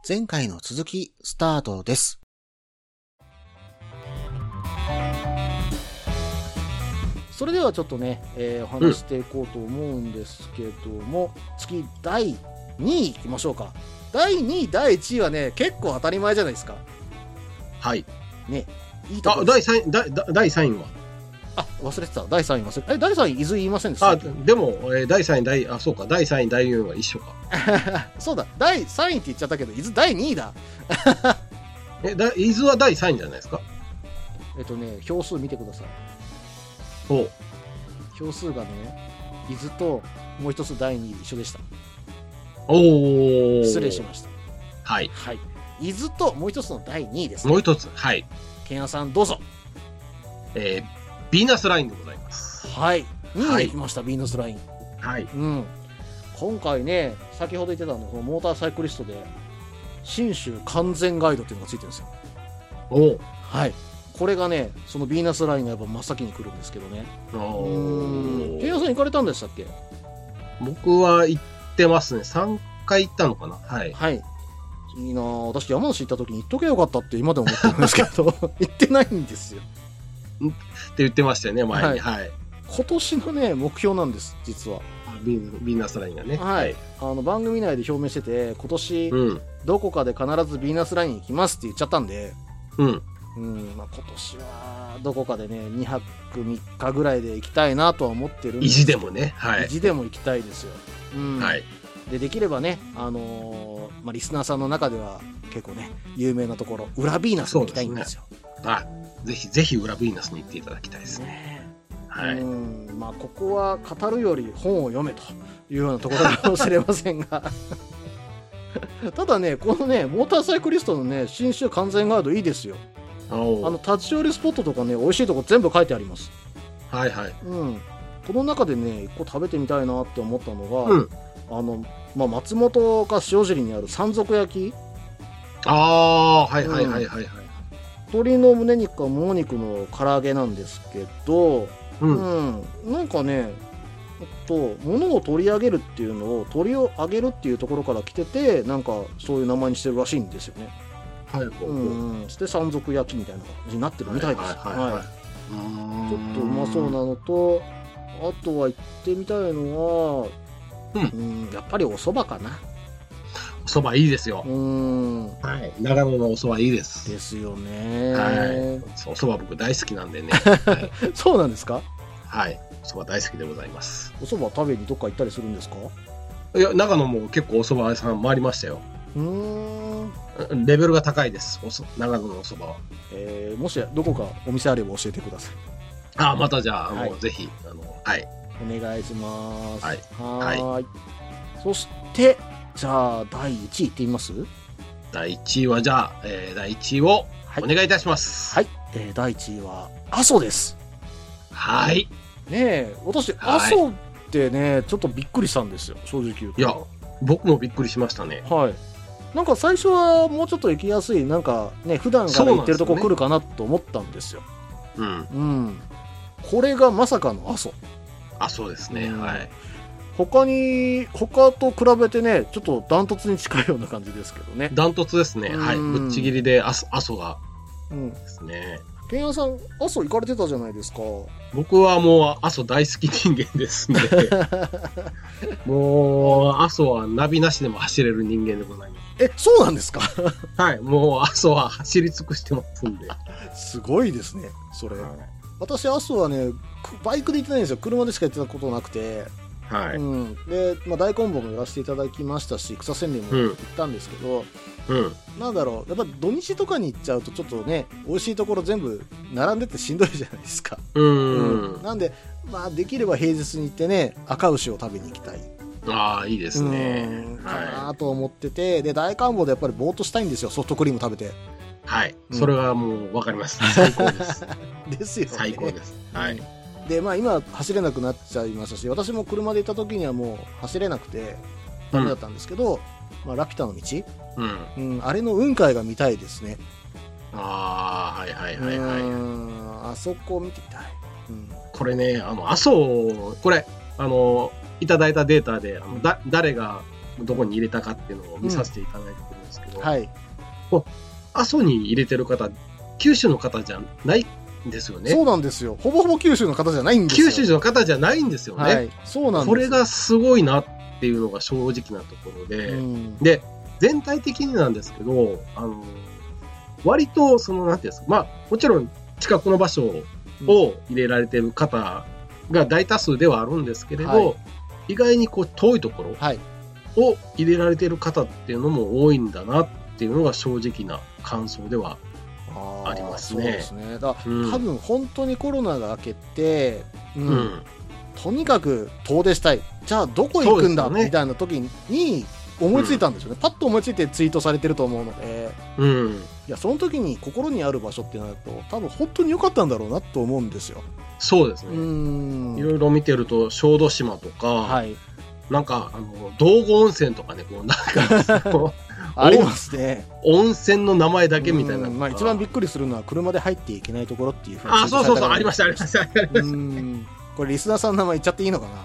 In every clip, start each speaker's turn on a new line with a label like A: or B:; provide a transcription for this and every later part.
A: 前回の続きスタートです。それではちょっとね、お話していこうと思うんですけども、次第2位いきましょうか。第2位第1位はね結構当たり前じゃないですか。
B: はい
A: ね、いいとこです。
B: 第3位は
A: 忘れてた。第3位忘れてた。第3位伊豆言いませんでした？
B: でも、第3位そうか、第3位第4位は一緒か。
A: そうだ、第3位って言っちゃったけど伊豆第2位だ。
B: 伊豆は第3位じゃないですか。
A: 票数見てください。票数がね、伊豆ともう一つ第2位一緒でした。失礼しました。
B: はい、
A: はい、伊豆ともう一つの第2位です、
B: ね、もう一つ、はい、
A: ケンヤさんどうぞ。
B: ヴィーナスラインでございます。
A: はい、2位で来ました、ヴィーナスライン。
B: はい、
A: 今回ね、先ほど言ってたのこのモーターサイクリストで信州完全ガイドっていうのがついてるんですよ。はい、これがね、そのヴィーナスラインがやっぱ真っ先に来るんですけどね。ケンヤさん行かれたんでしたっけ？
B: 僕は行ってますね。3回行ったのかな。はい、
A: はい、いいな。私山梨行った時に行っとけばよかったって今でも思ってるんですけど行ってないんですよ
B: って言ってましたよね、前に。はい。
A: 今年のね、目標なんです、実は。
B: ヴィーナスラインがね。
A: はい。番組内で表明してて、今年、どこかで必ずヴィーナスライン行きますって言っちゃったんで、今年は、どこかでね、2泊3日ぐらいで行きたいなとは思ってるんですけど。
B: 意地でもね。はい。
A: 意地でも行きたいですよ。
B: はい。
A: できればね、リスナーさんの中では結構ね、有名なところ、裏ヴィーナスに行きたいんですよ。
B: ぜひ裏ヴィーナスに行っていただきたいですね。はい。
A: ここは語るより本を読めというようなところかもしれませんがただね、このね、モーターサイクリストのね、信州完全ガイドいいですよ。立ち寄りスポットとかね、美味しいとこ全部書いてあります。はいはい。この中でね、一個食べてみたいなって思ったのが、松本か塩尻にある山賊焼き。鶏の胸肉かもも肉の唐揚げなんですけど、なんかね、物を取り上げるっていうのを、鳥を揚げるっていうところから来てて、なんかそういう名前にしてるらしいんですよね。そして山賊焼きみたいな感じになってるみたいです。ちょっとうまそうなのと、あとは行ってみたいのは、やっぱりお蕎麦かな。
B: お蕎麦いいですよ。長野のお蕎麦いいです。
A: ですよね。
B: お蕎麦僕大好きなんでね。
A: そうなんですか？はい。
B: お蕎麦大好きでございます。
A: お蕎麦食べにどっか行ったりするんですか？
B: いや、長野も結構お蕎麦屋さん回りましたよ。レベルが高いです。長野のお蕎麦は。
A: もしどこかお店あれば教えてください。
B: またじゃあ、ぜひ
A: お願いします。
B: はい。
A: そしてじゃあ第1位いってみます？
B: 第1位はじゃあ、第1位をお願いいたします。
A: はい。第1位は阿蘇です。
B: はい。
A: ねえ、私阿蘇ってね、ちょっとびっくりしたんですよ、正直言うと。
B: いや、僕もびっくりしましたね。
A: はい。なんか最初はもうちょっと行きやすい、なんかね、普段から行ってるとこ来るかなと思ったんですよ。これがまさかの阿蘇。
B: 阿蘇ですね。はい。
A: 他と比べてね、ちょっとダントツに近いような感じですけどね。
B: ダントツですね。はい。ぶっちぎりで阿蘇がですね。
A: ケンヤさん、阿蘇行かれてたじゃないですか。
B: 僕はもう阿蘇大好き人間ですね。もう阿蘇はナビなしでも走れる人間でございます。
A: そうなんですか？
B: はい。もう阿蘇は走り尽くしてますんで。
A: すごいですね、それ。私、阿蘇はね、バイクで行ってないんですよ。車でしか行ってたことなくて。で、大根棒もやらせていただきましたし、草千里も行ったんですけど、なんだろう、やっぱ土日とかに行っちゃうとちょっとね、美味しいところ全部並んでてしんどいじゃないですか。なんで、できれば平日に行ってね、赤牛を食べに行きたい。
B: いいですね。
A: かなと思ってて、で、大観峰でやっぱりぼーっとしたいんですよ、ソフトクリーム食べて。
B: はい。それはもう分かります。最高です。
A: ですよね。
B: 最高です。はい。
A: で、今走れなくなっちゃいましたし、私も車で行った時にはもう走れなくてダメだったんですけど、ラピュタの道、あれの雲海が見たいですね。
B: あ
A: そこを見てみたい。
B: これね、阿蘇、これいただいたデータで誰がどこに入れたかっていうのを見させていただいてるんですけど、
A: はい。
B: 阿蘇に入れてる方、九州の方じゃないんですよね。
A: そうなんですよ。ほぼほぼ九州の方じゃないんですよ。
B: 九州の方じゃないんですよね。
A: はい。そうなんです。
B: これがすごいなっていうのが正直なところで、で、全体的になんですけど、割と、なんていうんですか、まあ、もちろん近くの場所を入れられてる方が大多数ではあるんですけれど、意外にこう遠いところを入れられてる方っていうのも多いんだなっていうのが正直な感想ではありますね。
A: そうですね。多分本当にコロナが明けて、とにかく遠出したい。じゃあどこ行くんだ、みたいな時に思いついたんですよね。パッと思いついてツイートされてると思うので、いやその時に心にある場所ってなると多分本当に良かったんだろうなと思うんですよ。
B: そうですね。いろいろ見てると小豆島とか、なんか道後温泉とかね、こうなんか
A: ありますね。
B: 温泉の名前だけみたいな。
A: まあ一番びっくりするのは車で入っていけないところっていうふうに。
B: あ、そうそうそう、ありましたありました。
A: これリスナーさんの名前言っちゃっていいのかな。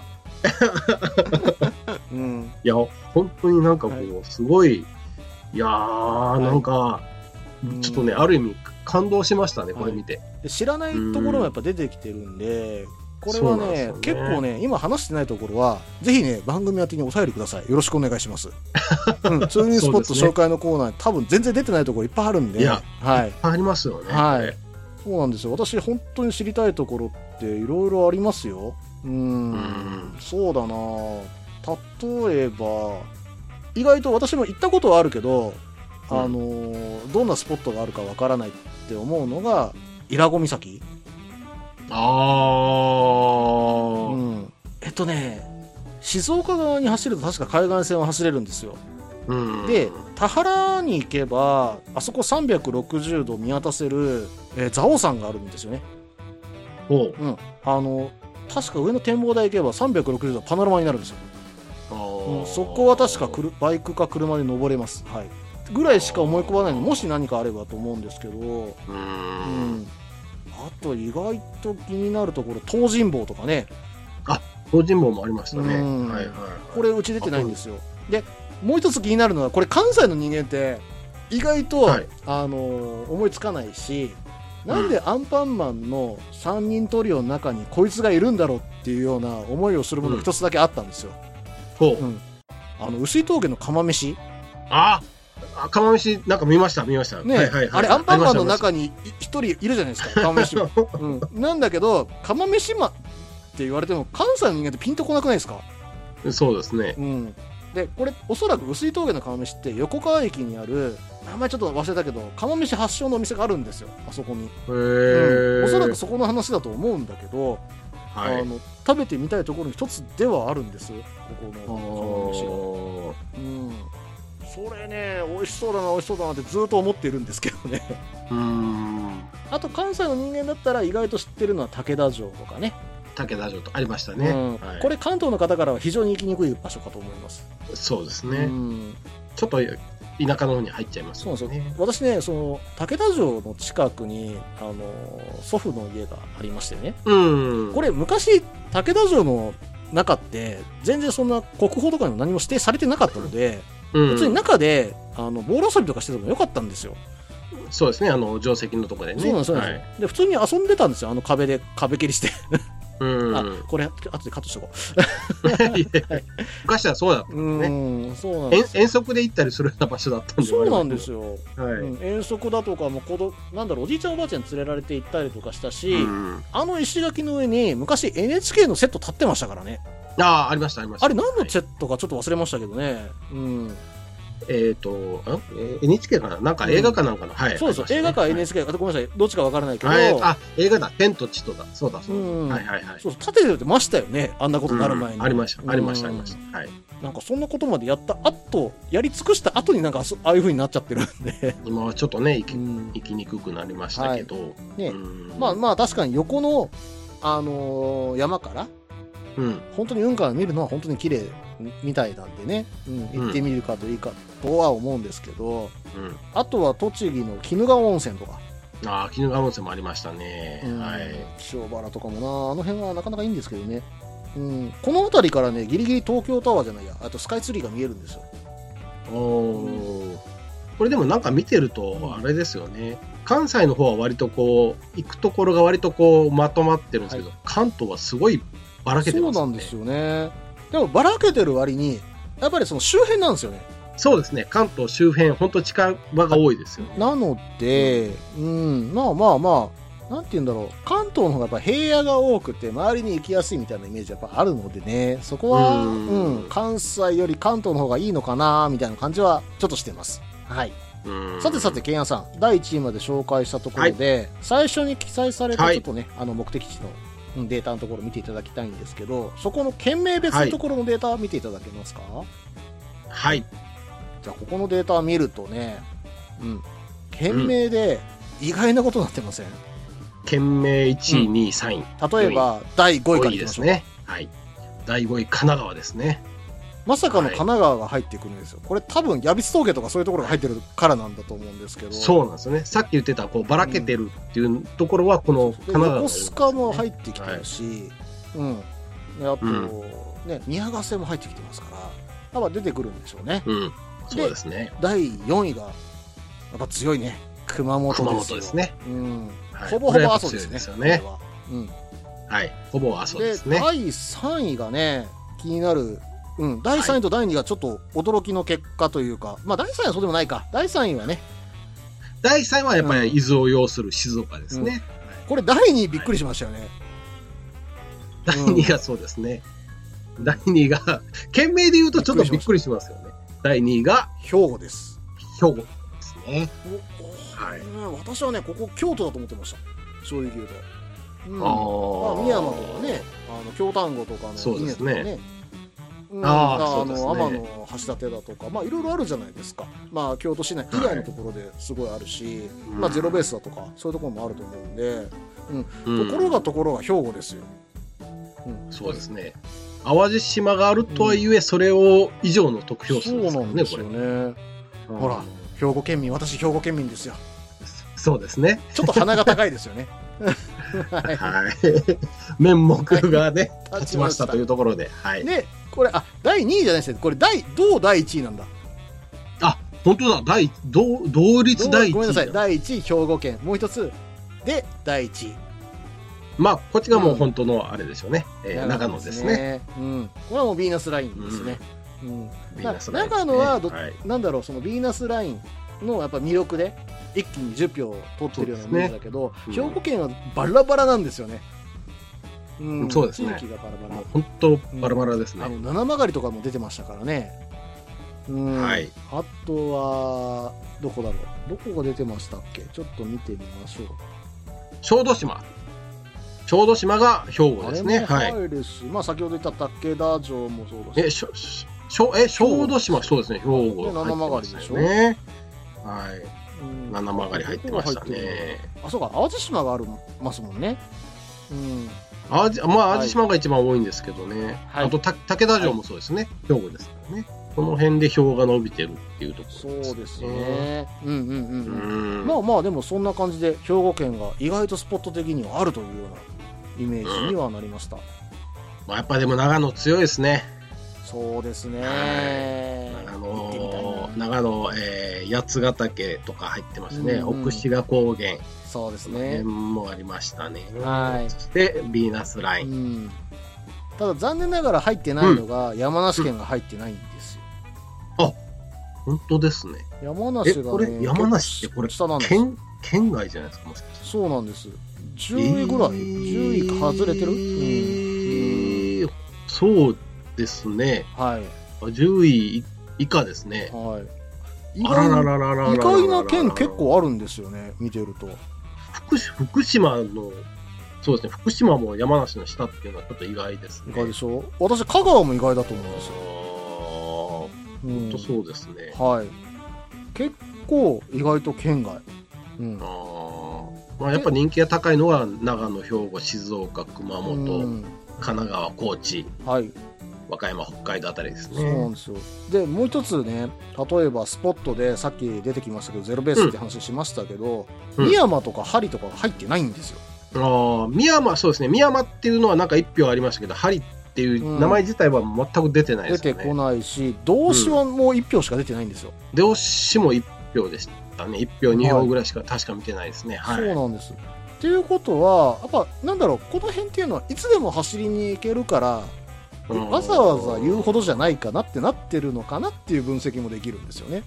B: いや本当になんかこうすごい、いやーなんかちょっとね、ある意味感動しましたね、これ見て。
A: 知らないところもやっぱ出てきてるんで、これはね、結構ね、今話してないところは、ぜひね、番組宛てにお便りください。よろしくお願いします。ツーリングスポット紹介のコーナー、多分全然出てないところいっぱいあるんで。
B: いや、いっぱいありますよね。
A: はい。そうなんですよ。私、本当に知りたいところっていろいろありますよ。そうだな。例えば、意外と私も行ったことはあるけど、どんなスポットがあるかわからないって思うのが、伊良湖岬。静岡側に走ると確か海岸線を走れるんですよ。で、田原に行けば、あそこ360度見渡せる、蔵王山があるんですよね。確か上の展望台行けば360度パノラマになるんですよ。そこは確かバイクか車で登れます。はい。ぐらいしか思い浮かばないので、もし何かあればと思うんですけど、あと意外と気になるところ、東尋坊とかね。
B: 東尋坊もありましたね。
A: これうち出てないんですよ。で、もう一つ気になるのは、これ関西の人間って意外と、思いつかないし、なんでアンパンマンの3人トリオの中にこいつがいるんだろうっていうような思いをするものが一つだけあったんですよ。碓峠の釜飯。
B: 釜飯なんか見ましたね。
A: あれアンパンマンの中に一人いるじゃないですか、釜飯も。なんだけど釜飯マンって言われても関西の人間ってピンとこなくないですか。
B: そうですね。
A: でこれおそらく碓峠の釜飯って横川駅にある、名前ちょっと忘れたけど釜飯発祥のお店があるんですよ、あそこに。おそらくそこの話だと思うんだけど、食べてみたいところの一つではあるんです、ここの釜飯が。それね、美味しそうだな美味しそうだなってずっと思っているんですけどね。あと関西の人間だったら意外と知ってるのは竹田城とかね。
B: 竹田城とありましたね。
A: これ関東の方からは非常に行きにくい場所かと思います。
B: そうですね。ちょっと田舎の方に入っちゃいますね。
A: そうなんですよ。私ね、その竹田城の近くに祖父の家がありましてね。これ昔竹田城の中って全然そんな国宝とかにも何も指定されてなかったので、別に中でボール遊びとかしててもよかったんですよ。
B: そうですね、定石のところでね。
A: そうなんですよ。で普通に遊んでたんですよ、壁蹴りして。これ後でカットしとこう。
B: 昔はそうだったんですね。そうなんです。遠足で行ったりするような場所だったんで。
A: そうなんですよ。遠足だとかもなんだろう、おじいちゃんおばあちゃんに連れられて行ったりとかしたし、石垣の上に昔 NHK のセット立ってましたからね。
B: ありましたありました。
A: あれ何のセットかちょっと忘れましたけどね。
B: NHK かな、なんか映画かなんかの、
A: そうです、映画か NHK か、ごめんなさい、どっちかわからないけど、
B: 映画だ、天と地とだ、そうだ、
A: そう、立ててましたよね、あんなことになる前に。
B: ありました。
A: なんかそんなことまでやった後、やり尽くした後になんかああいう風になっちゃってるんで。
B: 今はちょっとね、行きにくくなりましたけど。
A: まあ確かに横の山から。本当に運河を見るのは本当に綺麗みたいなんでね、行ってみるかといいかとは思うんですけど、あとは栃木の鬼怒川温泉とか。
B: 鬼怒川温泉もありましたね。
A: 塩原とかもな、あの辺はなかなかいいんですけどね。 うん、この辺りからねギリギリ東京タワーじゃないや、あとスカイツリーが見えるんですよ。
B: これでもなんか見てるとあれですよね、関西の方は割とこう行くところが割とこうまとまってるんですけど、関東はすごいばらけてますね。
A: そうなんですよね。でもばらけてる割にやっぱりその周辺なんですよね。
B: そうですね、関東周辺本当近場が多いですよね。
A: なので、まあなんて言うんだろう、関東の方がやっぱ平野が多くて周りに行きやすいみたいなイメージやっぱあるのでね、そこは関西より関東の方がいいのかなみたいな感じはちょっとしてます。はい。さてケンヤさん、第1位まで紹介したところで、最初に記載されたちょっとね、目的地のデータのところ見ていただきたいんですけど、そこの県名別のところのデータ見ていただけますか？
B: はい。
A: じゃあここのデータを見るとね、県名で意外なことになってません？
B: 県名1位、2位、3
A: 位。例えば第5位からいきましょうか。
B: はい。第5位神奈川ですね。
A: まさかの神奈川が入ってくるんですよ。これ多分、矢櫃峠とかそういうところが入ってるからなんだと思うんですけど。
B: そうなんですよね。さっき言ってた、こう、ばらけてるっていうところは、この神奈川、
A: 横須賀も入ってきてるし、あと、ね、宮ヶ瀬も入ってきてますから、やっぱ出てくるんでしょうね。
B: そうですね。
A: 第4位が、やっぱ強いね。熊本ですよ。
B: 熊本ですね。
A: ほぼほぼ阿蘇ですね。
B: はい。ほぼ阿蘇ですね。
A: 第3位がね、気になる。第3位と第2位がちょっと驚きの結果というか、まあ第3位はそうでもないか。第3位はね。
B: 第3位はやっぱり伊豆を要する静岡ですね。
A: これ第2位びっくりしましたよね。
B: 第2位がそうですね。第2位が、県名で言うとちょっとびっくりしますよね。第2位が
A: 兵庫です。
B: 兵庫ですね。
A: 私はね、ここ京都だと思ってました。正直言うと。深山とかね、京丹後とかの
B: 稲とかね。
A: 天の橋立だとか、まあいろいろあるじゃないですか。まあ京都市内以外のところですごいあるし、まあゼロベースだとかそういうところもあると思うんで、ところが兵庫ですよ。
B: そうですね。淡路島があるとはいえ、それを以上の得票数ですからね、これ。
A: ほら、兵庫県民、私兵庫県民ですよ。
B: そうですね。
A: ちょっと鼻が高いですよね。
B: はい。面目がね、立ちましたというところで。はい。
A: で、これ、第2位じゃないですね。これ、同第1位なんだ。
B: 本当だ。同率第1位。
A: ごめんなさい。第1位、兵庫県。もう一つ。で、第1位。
B: まあ、こっちがもう本当のあれでしょうね。長野ですね。
A: これはもうヴィーナスラインですね。長野はなんだろう、そのヴィーナスラインのやっぱ魅力で、一気に10票取ってるようなイメージだけど、兵庫県はバラバラなんですよね。
B: そうですね。
A: 地域がバラバラ。
B: 本当バラバラですね。
A: 七曲とかも出てましたからね。あとは、どこだろう。どこが出てましたっけ？ちょっと見てみましょう。
B: 小豆島。小豆島が兵庫ですね。
A: はい。まあ先ほど言った武田城もそうだし。
B: 小豆島、そうですね。兵庫。
A: 七曲でしょ。
B: ね。はい。七曲入ってましたね。
A: そうか、淡路島がありますもんね。
B: 淡路島が一番多いんですけどね。あと、武田城もそうですね。兵庫ですからね。この辺で票が伸びてるっていうところですね。
A: そうですね。まあでもそんな感じで兵庫県が意外とスポット的にはあるというようなイメージにはなりました。
B: やっぱでも長野強いですね。
A: そうですね。
B: 長野、八ヶ岳とか入ってますね。奥志賀高原。
A: そうですね。
B: もありましたね。そ
A: し
B: て、ヴィーナスライン。
A: ただ残念ながら入ってないのが山梨県が入ってないんですよ。
B: 本当ですね。
A: 山梨がね、
B: これ山梨ってこれ県外じゃないですか、もしかして。
A: そうなんです。10位ぐらい、10位外れてる？
B: そうですね。
A: はい。
B: 10位以下ですね。
A: はい。
B: 意外
A: な県結構あるんですよね、見てると。
B: 福島の、そうですね、福島も山梨の下っていうのはちょっと意外ですね。
A: 意外でしょ？私、香川も意外だと思うんですよ。
B: 本当そうですね。
A: はい。結構意外と県外。
B: やっぱ人気が高いのは長野、兵庫、静岡、熊本、神奈川、高知、和歌山、北海道あたりですね。
A: そうなんですよ。で、もう一つね、例えばスポットでさっき出てきましたけど、ゼロベースって話しましたけど、深山とか針とかが入ってないんですよ。
B: 深山、そうですね。深山っていうのはなんか1票ありましたけど、針っっていう名前自体は全く出てないですよね。
A: 出てこないし、動詞はもう1票しか出てないんですよ。
B: 動詞も1票でしたね。1票、2票ぐらいしか確か見てないですね。はい。
A: そうなんです。っていうことは、やっぱ、なんだろう、この辺っていうのはいつでも走りに行けるから、わざわざ言うほどじゃないかなってなってるのかなっていう分析もできるんですよね。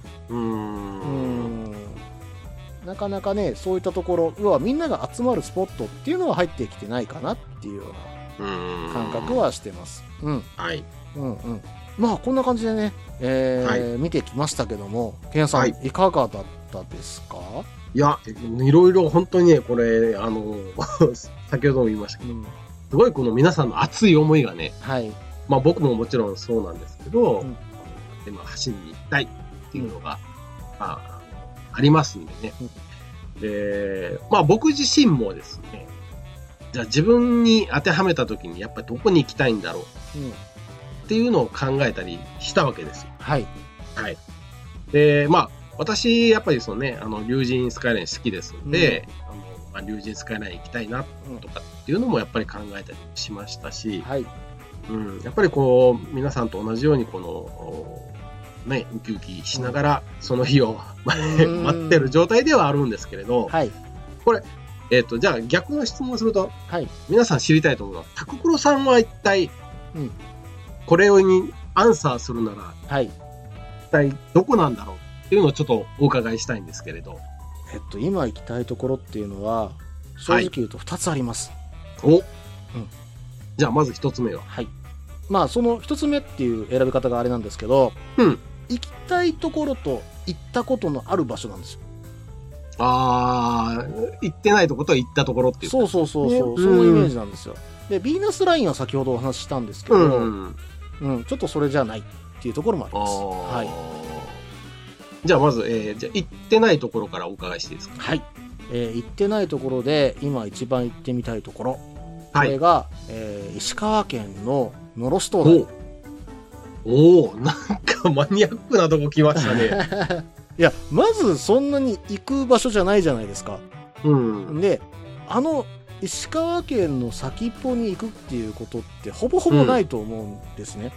A: なかなかね、そういったところ、要はみんなが集まるスポットっていうのは入ってきてないかなっていうような感覚はしてます。
B: はい。
A: まあ、こんな感じでね、
B: はい、
A: 見てきましたけども、ケンさん、いかがだったですか？
B: いや、いろいろ本当にね、これ、先ほども言いましたけど、すごいこの皆さんの熱い思いがね、まあ僕ももちろんそうなんですけど、でまあ、走りに行きたいっていうのが、まあ、ありますんでね。で、まあ僕自身もですね、じゃあ自分に当てはめたときにやっぱりどこに行きたいんだろうっていうのを考えたりしたわけですよ。はい。で、まあ私、やっぱりそのね、竜神スカイライン好きですので、まあ、竜神スカイライン行きたいなとかっていうのもやっぱり考えたりしましたし、やっぱりこう、皆さんと同じようにこの、ね、ウキウキしながらその日を待ってる状態ではあるんですけれど、これ、じゃあ逆の質問をすると、皆さん知りたいと思うのは、タククロさんは一体、これにアンサーするなら、一体どこなんだろうっていうのをちょっとお伺いしたいんですけれど。
A: 今行きたいところっていうのは、正直言うと2つあります。
B: じゃあまず1つ目は。
A: まあその1つ目っていう選び方があれなんですけど、行きたいところと行ったことのある場所なんですよ。
B: 行ってないところと行ったところっていう。
A: そう、そのイメージなんですよ。で、ヴィーナスラインは先ほどお話ししたんですけど、ちょっとそれじゃないっていうところもあります。
B: じゃあまず、じゃあ行ってないところからお伺いしていいですか？
A: 行ってないところで今一番行ってみたいところ、これが、石川県ののろし灯台。
B: なんかマニアックなとこ来ましたね。
A: いや、まずそんなに行く場所じゃないじゃないですか。で、石川県の先っぽに行くっていうことってほぼほぼないと思うんですね。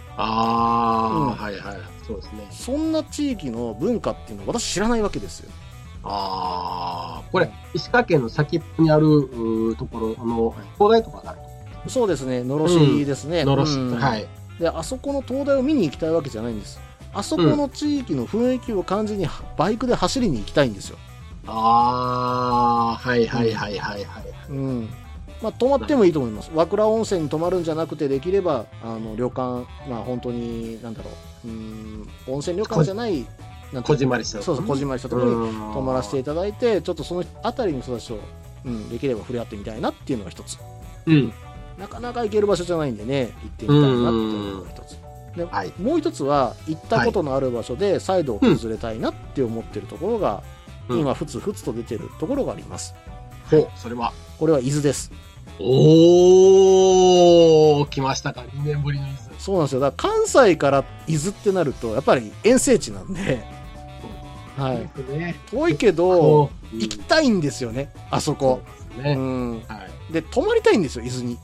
A: そうですね。そんな地域の文化っていうのは私知らないわけですよ。
B: これ、石川県の先っぽにあるところ、灯台とかがある。
A: そうですね、のろしですね。
B: のろし、
A: で、あそこの灯台を見に行きたいわけじゃないんです。あそこの地域の雰囲気を感じにバイクで走りに行きたいんですよ。まあ、泊まってもいいと思います。和倉温泉に泊まるんじゃなくて、できれば旅館、まあ本当になんだろう、温泉旅館じゃない、
B: こじんまりした
A: ところ、こじんまりしたところに泊まらせていただいて、ちょっとその辺りの人たちと、できれば触れ合ってみたいなっていうのが一つ。なかなか行ける場所じゃないんでね、行ってみたいなっていうのが一つ。で、もう一つは行ったことのある場所で再度訪れたいなって思ってるところが、今ふつふつと出てるところがあります。
B: それは
A: これは伊豆です。
B: 来ましたか、2年ぶりの伊豆。
A: そうなんですよ。だから関西から伊豆ってなるとやっぱり遠征地なんで、遠いけど行きたいんですよね、あそこ。で、泊まりたいんですよ、伊豆に。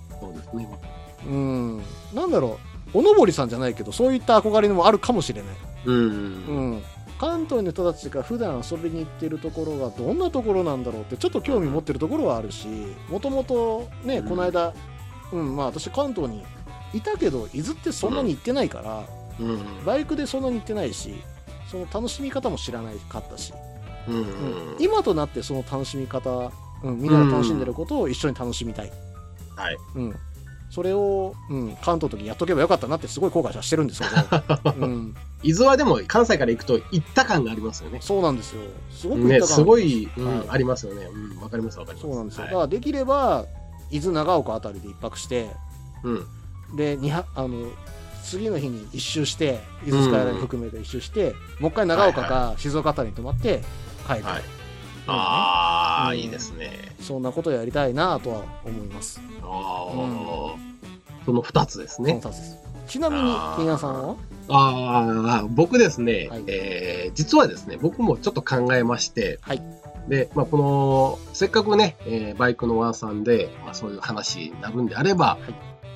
A: なんだろう、おのぼりさんじゃないけど、そういった憧れもあるかもしれない。関東の人たちが普段遊びに行ってるところがどんなところなんだろうってちょっと興味持ってるところはあるし、もともとね、この間、まあ私関東にいたけど、伊豆ってそんなに行ってないから、バイクでそんなに行ってないし、その楽しみ方も知らないかったし、今となってその楽しみ方、みんなが楽しんでることを一緒に楽しみたい。それを、関東の時にやっとけばよかったなってすごい後悔はしてるんですけど、
B: 伊豆はでも関西から行くと行った感がありますよね。
A: そうなんですよ。すごく行った感
B: すごい、ありますよね。わかりますわかります。
A: そうなんですよ。だからできれば伊豆長岡あたりで一泊して、で次の日に一周して伊豆スカイライン含めて一周して、もう一回長岡か静岡あたりに泊まって帰る。
B: いいですね。
A: そんなことやりたいなとは思います。
B: その2つですね。
A: ちなみに金谷さんは？
B: 僕ですね、実はですね、僕もちょっと考えまして、で、まあ、このせっかくね、バイクのワンさんで、まあ、そういう話になるんであれば、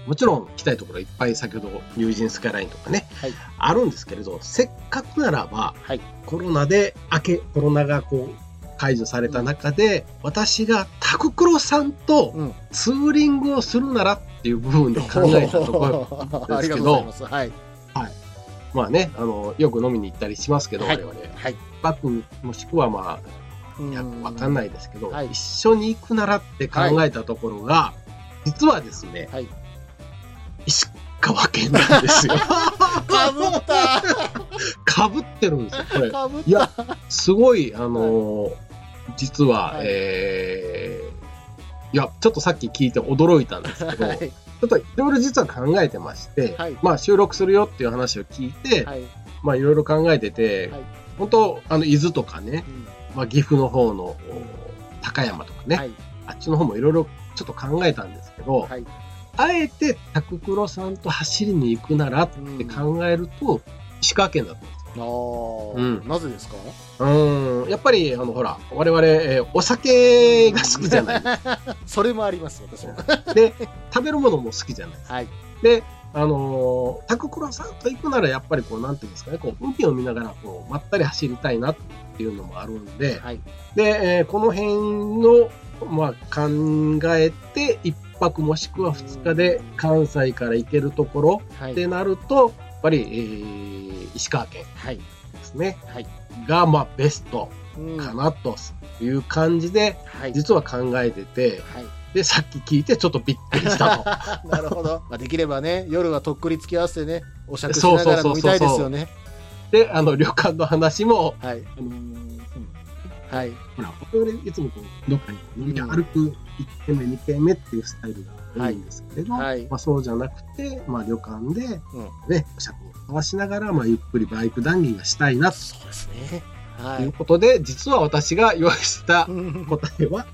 B: もちろん行きたいところいっぱい先ほどニュージーンスカイラインとかね、
A: はい、
B: あるんですけれど、せっかくならば、
A: はい、
B: コロナがこう解除された中で、私がタククロさんとツーリングをするならっていう部分で考えたところですけど、
A: はい。
B: はい。まあね、よく飲みに行ったりしますけど、我々。
A: はい。
B: バックもしくはまあ、わかんないですけど、
A: はい、
B: 一緒に行くならって考えたところが、実はですね、
A: はい、
B: 石川県なんですよ。
A: かぶった
B: かぶってるんですよ、これ。
A: かぶった。
B: いや、すごい、実は、
A: はい、
B: いや、ちょっとさっき聞いて驚いたんですけど、
A: はい、
B: ちょっといろいろ実は考えてまして、
A: はい、
B: まあ収録するよっていう話を聞いて、はい、まあいろいろ考えてて、はい、本当、伊豆とかね、まあ岐阜の方の高山とかね、はい、あっちの方もいろいろちょっと考えたんですけど、はい、あえてタククロさんと走りに行くならって考えると、石川県だったんですよ。
A: なぜですか？
B: やっぱり、ほら、我々、お酒が好きじゃない。
A: それもあります、私も。
B: で、食べるものも好きじゃないです。
A: はい。
B: で、タククロさんと行くなら、やっぱりこう、なんていうんですかね、こう、海を見ながら、こう、まったり走りたいなっていうのもあるんで、はい。で、この辺の、まあ、考えて、一泊もしくは二日で関西から行けるところってなると、やっぱり、石川県ですね。はい。が、まあ、ベストかなという感じで、実は考えてて、はい。で、さっき聞いてちょっとびっくりしたと。
A: なるほど。まあ、できればね、夜はとっくり付き合わせてね、お酌しながら飲みたいですよね。
B: で、旅館の話も、はい。
A: はい。
B: ほら、我々いつもこう、どっかに飲み歩く1軒目、2軒目っていうスタイルが多いんですけれど、はい、まあそうじゃなくて、まあ旅館で、ね、お酌を交わしながら、まあゆっくりバイク談義がしたいな、
A: そうですね。
B: はい。ということで、実は私が用意した答えは、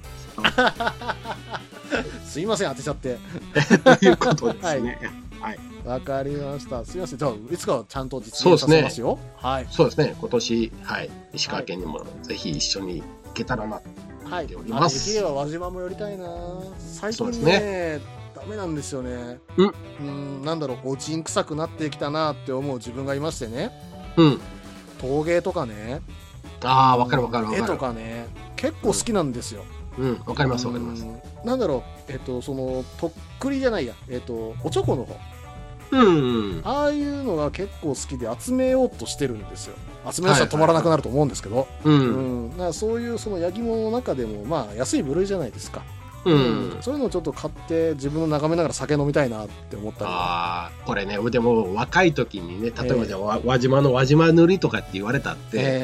A: すいません、当てちゃって。
B: ということですね。はい。
A: わかりました。すいません。じゃあ、いつかちゃんと実現させますよ。
B: はい。そうですね。今年、はい。石川県にもぜひ一緒に行けたらなと思っております。
A: できれば輪島も寄りたいな。最近ね、ダメなんですよね。なんだろう、おちんくさくなってきたなって思う自分がいましてね。陶芸とかね。
B: ああ、わかるわかるわかる。
A: 絵とかね、結構好きなんですよ。
B: わかりますわかります。
A: なんだろう、その、とっくりじゃないや、おちょこの方。ああいうのが結構好きで集めようとしてるんですよ。集めようとしたら止まらなくなると思うんですけど、だからそういうそのヤギ物の中でもまあ安い部類じゃないですか。そういうのをちょっと買って自分の眺めながら酒飲みたいなって思ったり。
B: これね、でも若い時にね、例えばじゃあ輪島の輪島塗りとかって言われたって、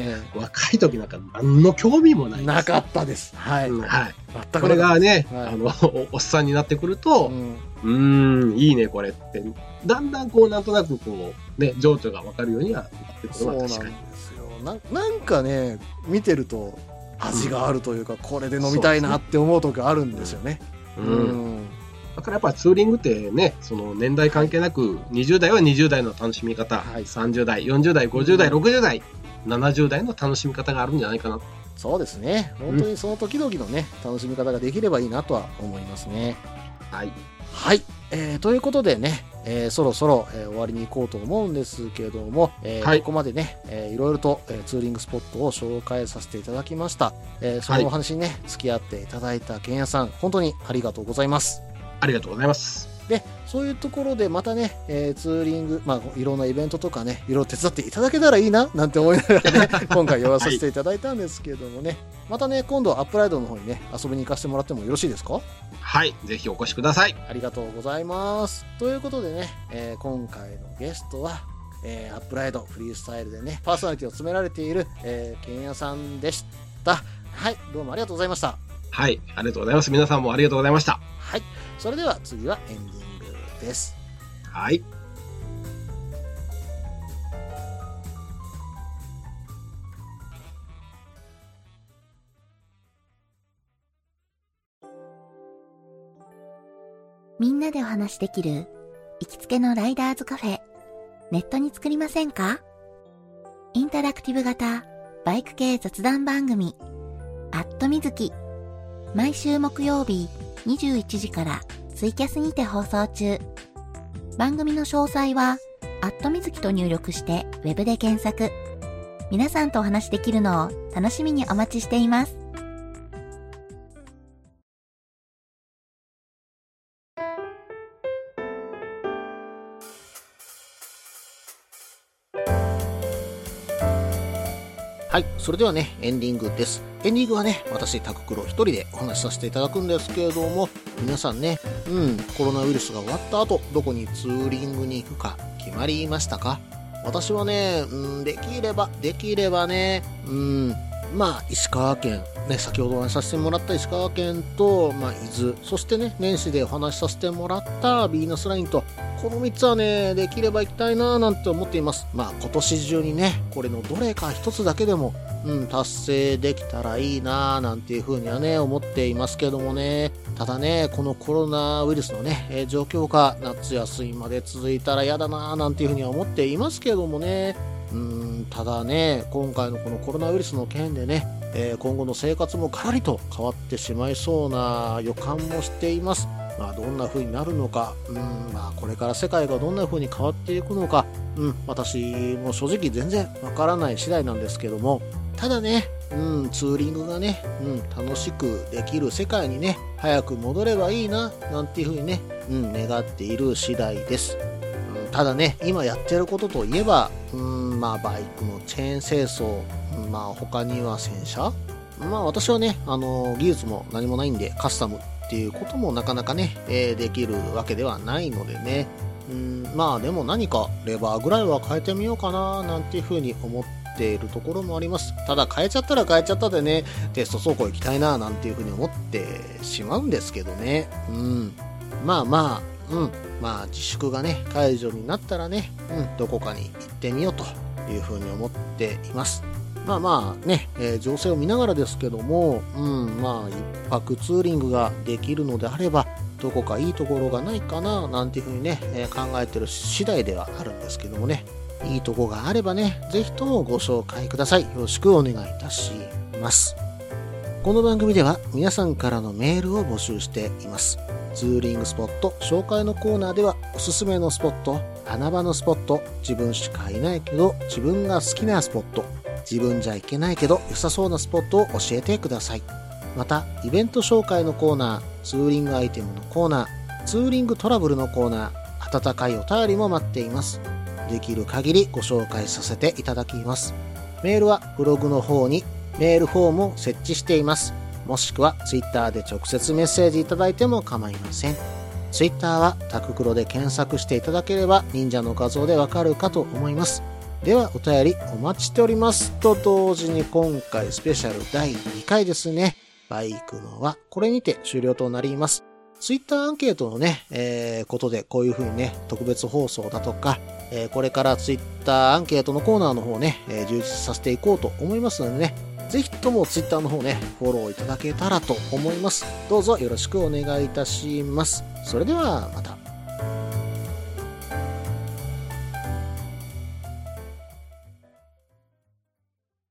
B: 若い時なんか何の興味もないです。
A: なかったです。はい。はい。
B: 全くこれがね、おっさんになってくると、いいねこれって。だんだんこうなんとなくこうね、情緒が分かるようにはなってくるのは確かに。そうなんです
A: よ。なんかね、見てると味があるというか、これで飲みたいなって思う時あるんですよね。
B: だからやっぱツーリングってね、その年代関係なく、20代は20代の楽しみ方、30代、40代、50代、60代、70代の楽しみ方があるんじゃないかな。
A: そうですね。本当にその時々のね、楽しみ方ができればいいなとは思いますね。
B: はい。
A: はい。ということでね、そろそろ、終わりに行こうと思うんですけども、ここまでね、いろいろと、ツーリングスポットを紹介させていただきました。そのお話にね、付き合っていただいたけんやさん、本当にありがとうございます。
B: ありがとうございます。
A: で、そういうところでまたね、ツーリング、まあ、いろんなイベントとかね、いろいろ手伝っていただけたらいいな、なんて思いながらね、今回呼ばさせていただいたんですけどもね、またね、今度アップライドの方にね、遊びに行かせてもらってもよろしいですか？
B: はい、ぜひお越しください。
A: ありがとうございます。ということでね、今回のゲストは、アップライドフリースタイルでね、パーソナリティを務められている、けんやさんでした。はい、どうもありがとうございました。
B: はい、ありがとうございます。皆さんもありがとうございました。
A: はい、それでは次はエンディングです。
B: はい。
C: みんなでお話しできる行きつけのライダーズカフェ、ネットに作りませんか？インタラクティブ型バイク系雑談番組みずき、毎週木曜日21時からツイキャスにて放送中。 番組の詳細は、みずきと入力してウェブで検索。皆さんとお話しできるのを楽しみにお待ちしています。
A: はい、それではね、エンディングです。エンディングはね、私、タククロ一人でお話しさせていただくんですけれども、皆さんね、コロナウイルスが終わった後、どこにツーリングに行くか決まりましたか？私はね、できればね、石川県、ね、先ほどお話しさせてもらった石川県と、伊豆、そしてね、年始でお話しさせてもらったビーナスラインと、この3つはね、できれば行きたいななんて思っています。今年中にね、これのどれか一つだけでも、達成できたらいいななんていうふうにはね、思っていますけどもね。ただね、このコロナウイルスのね、状況が夏休みまで続いたら嫌だななんていうふうには思っていますけどもね。ただね、今回のこのコロナウイルスの件でね、今後の生活もガラリと変わってしまいそうな予感もしています。どんな風になるのか、これから世界がどんな風に変わっていくのか、私も正直全然わからない次第なんですけども、ただね、ツーリングがね、楽しくできる世界にね、早く戻ればいいな、なんていう風にね、願っている次第です。ただね、今やってることといえば、バイクのチェーン清掃、他には洗車、私はね、技術も何もないんで、カスタムっていうこともなかなかね、できるわけではないのでね、でも何かレバーぐらいは変えてみようかななんていうふうに思っているところもあります。ただ変えちゃったら変えちゃったでね、テスト走行行きたいななんていうふうに思ってしまうんですけどね。自粛がね解除になったらね、どこかに行ってみようというふうに思っています。情勢を見ながらですけども、一泊ツーリングができるのであれば、どこかいいところがないかななんていうふうにね、考えてる次第ではあるんですけどもね、いいとこがあればね、ぜひともご紹介ください。よろしくお願いいたします。この番組では皆さんからのメールを募集しています。ツーリングスポット紹介のコーナーでは、おすすめのスポット、穴場のスポット、自分しかいないけど自分が好きなスポット、自分じゃいけないけど良さそうなスポットを教えてください。また、イベント紹介のコーナー、ツーリングアイテムのコーナー、ツーリングトラブルのコーナー、温かいお便りも待っています。できる限りご紹介させていただきます。メールはブログの方にメールフォームを設置しています。もしくはツイッターで直接メッセージいただいても構いません。ツイッターはタククロで検索していただければ忍者の画像でわかるかと思います。ではお便りお待ちしておりますと同時に、今回スペシャル第2回ですね、バイクのはこれにて終了となります。ツイッターアンケートのね、ことでこういう風にね、特別放送だとか、これからツイッターアンケートのコーナーの方をね、充実させていこうと思いますのでね、ぜひともツイッターの方ね、フォローいただけたらと思います。どうぞよろしくお願いいたします。それではまた。